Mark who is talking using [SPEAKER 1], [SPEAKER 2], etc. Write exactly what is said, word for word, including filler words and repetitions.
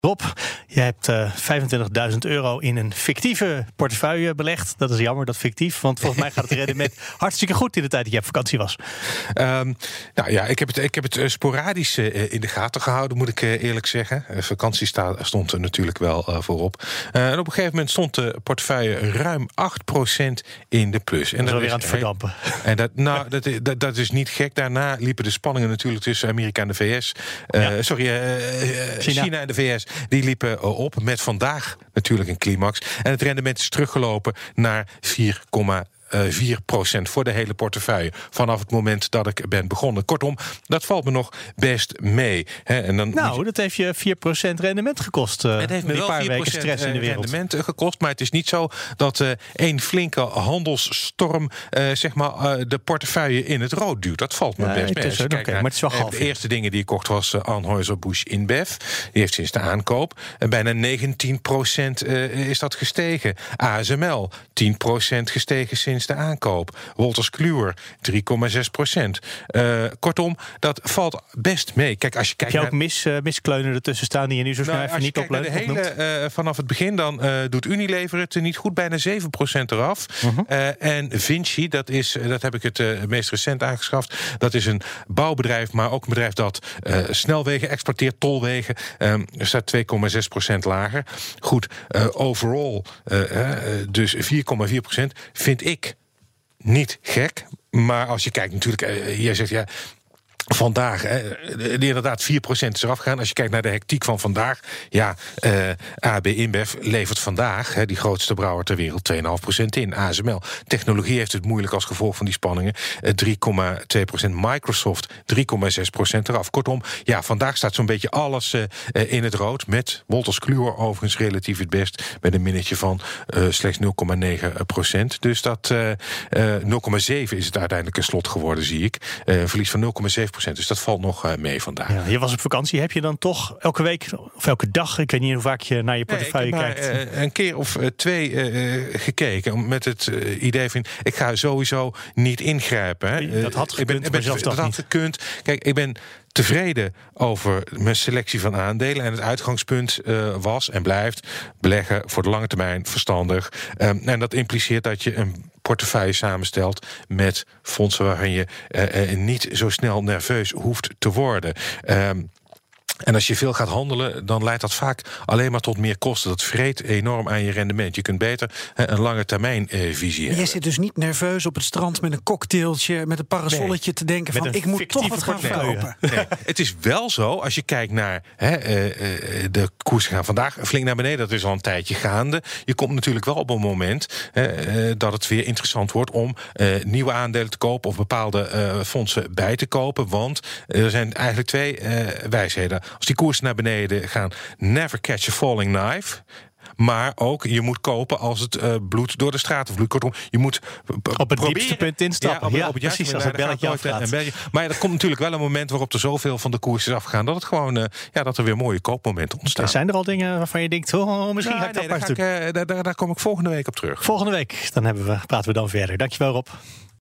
[SPEAKER 1] Rob, je hebt uh, vijfentwintigduizend euro in een fictieve portefeuille belegd. Dat is jammer, dat fictief. Want volgens mij gaat het rendement hartstikke goed in de tijd dat je op vakantie was.
[SPEAKER 2] Um, nou ja, ik heb het, ik heb het uh, sporadisch uh, in de gaten gehouden, moet ik uh, eerlijk zeggen. Uh, vakantie sta, stond er natuurlijk wel uh, voorop. Uh, en op een gegeven moment stond de portefeuille ruim acht procent in de plus. En
[SPEAKER 1] dat is
[SPEAKER 2] dat
[SPEAKER 1] weer aan het verdampen.
[SPEAKER 2] En dat, nou, dat, dat, dat is niet gek. Daarna liepen de spanningen natuurlijk tussen Amerika en de V S. Uh, ja. Sorry, uh, uh, China. China en de V S. Die liepen op met vandaag natuurlijk een climax. En het rendement is teruggelopen naar vier komma vier procent voor de hele portefeuille. Vanaf het moment dat ik ben begonnen. Kortom, dat valt me nog best mee. He, en dan
[SPEAKER 1] nou, je... dat heeft je vier procent rendement gekost. Uh,
[SPEAKER 2] het heeft me
[SPEAKER 1] die
[SPEAKER 2] wel
[SPEAKER 1] paar weken stress in de wereld.
[SPEAKER 2] rendement gekost. Maar het is niet zo dat uh, één flinke handelsstorm uh, zeg maar, uh, de portefeuille in het rood duwt. Dat valt me
[SPEAKER 1] ja,
[SPEAKER 2] best mee.
[SPEAKER 1] Tussen, okay, naar, maar het is wel half.
[SPEAKER 2] De eerste dingen die ik kocht was uh, Anheuser-Busch InBev. Die heeft sinds de aankoop uh, bijna negentien procent uh, is dat gestegen. A S M L, tien procent gestegen sinds de aankoop. Wolters Kluwer, drie komma zes procent. Uh, kortom, dat valt best mee. Kijk, als je kijkt
[SPEAKER 1] Heb je ook
[SPEAKER 2] naar...
[SPEAKER 1] mis, uh, miskleunen ertussen staan die je nu zo snel nou, even niet opleut?
[SPEAKER 2] Als je kijkt naar de hele, uh, vanaf het begin, dan uh, doet Unilever het niet goed, bijna zeven procent eraf. Uh-huh. Uh, en Vinci, dat, is, dat heb ik het uh, meest recent aangeschaft. Dat is een bouwbedrijf, maar ook een bedrijf dat uh, snelwegen exporteert, tolwegen. Um, er staat twee komma zes procent lager. Goed, uh, overall, uh, uh, dus vier komma vier procent vind ik niet gek, maar als je kijkt natuurlijk, uh, jij zegt ja, vandaag, hè, inderdaad vier procent is eraf gegaan. Als je kijkt naar de hectiek van vandaag, ja, uh, A B InBev levert vandaag, hè, die grootste brouwer ter wereld, twee komma vijf procent in. A S M L. Technologie heeft het moeilijk als gevolg van die spanningen. Uh, drie komma twee procent. Microsoft, drie komma zes procent eraf. Kortom, ja, vandaag staat zo'n beetje alles uh, uh, in het rood. Met Wolters Kluwer overigens relatief het best. Met een minnetje van uh, slechts nul komma negen procent. Dus dat uh, uh, nul komma zeven is het uiteindelijk een slot geworden, zie ik. Uh, verlies van nul komma zeven procent. Dus dat valt nog uh, mee vandaag.
[SPEAKER 1] Ja, je was op vakantie. Heb je dan toch elke week of elke dag, ik weet niet hoe vaak je naar je portefeuille
[SPEAKER 2] nee, ik heb
[SPEAKER 1] kijkt?
[SPEAKER 2] Maar, uh, een keer of uh, twee uh, gekeken. Met het uh, idee van, ik ga sowieso niet ingrijpen. Hè.
[SPEAKER 1] Dat had gekund, ik ben, ik ben, zelfs
[SPEAKER 2] dat had
[SPEAKER 1] niet.
[SPEAKER 2] gekund. Kijk, ik ben tevreden over mijn selectie van aandelen. En het uitgangspunt uh, was en blijft beleggen voor de lange termijn verstandig. Um, en dat impliceert dat je een portefeuille samenstelt met fondsen waarin je uh, uh, niet zo snel nerveus hoeft te worden. Um, En als je veel gaat handelen, dan leidt dat vaak alleen maar tot meer kosten. Dat vreet enorm aan je rendement. Je kunt beter een lange termijn eh, visie hebben.
[SPEAKER 3] Je zit dus niet nerveus op het strand met een cocktailtje, met een parasolletje nee. te denken van ik moet toch wat gaan verkopen.
[SPEAKER 2] Nee. Nee. Het is wel zo, als je kijkt naar hè, uh, de koersen gaan vandaag flink naar beneden. Dat is al een tijdje gaande. Je komt natuurlijk wel op een moment uh, dat het weer interessant wordt om uh, nieuwe aandelen te kopen of bepaalde uh, fondsen bij te kopen. Want er zijn eigenlijk twee uh, wijsheden. Als die koersen naar beneden gaan, never catch a falling knife. Maar ook, je moet kopen als het uh, bloed door de straten vloeit. Kortom, je moet
[SPEAKER 1] op het proberen, diepste punt instappen.
[SPEAKER 2] Ja, op,
[SPEAKER 1] ja,
[SPEAKER 2] op het
[SPEAKER 1] precies, als het belletje afgaat.
[SPEAKER 2] Maar ja, er komt natuurlijk wel een moment waarop er zoveel van de koers is afgegaan, dat het gewoon, uh, ja, dat er weer mooie koopmomenten ontstaan.
[SPEAKER 1] Zijn er al dingen waarvan je denkt, oh, misschien
[SPEAKER 2] nou,
[SPEAKER 1] ga ik dat
[SPEAKER 2] nee,
[SPEAKER 1] maar doen?
[SPEAKER 2] Ik, uh, daar, daar kom ik volgende week op terug.
[SPEAKER 1] Volgende week, dan hebben we, praten we dan verder. Dankjewel, Rob.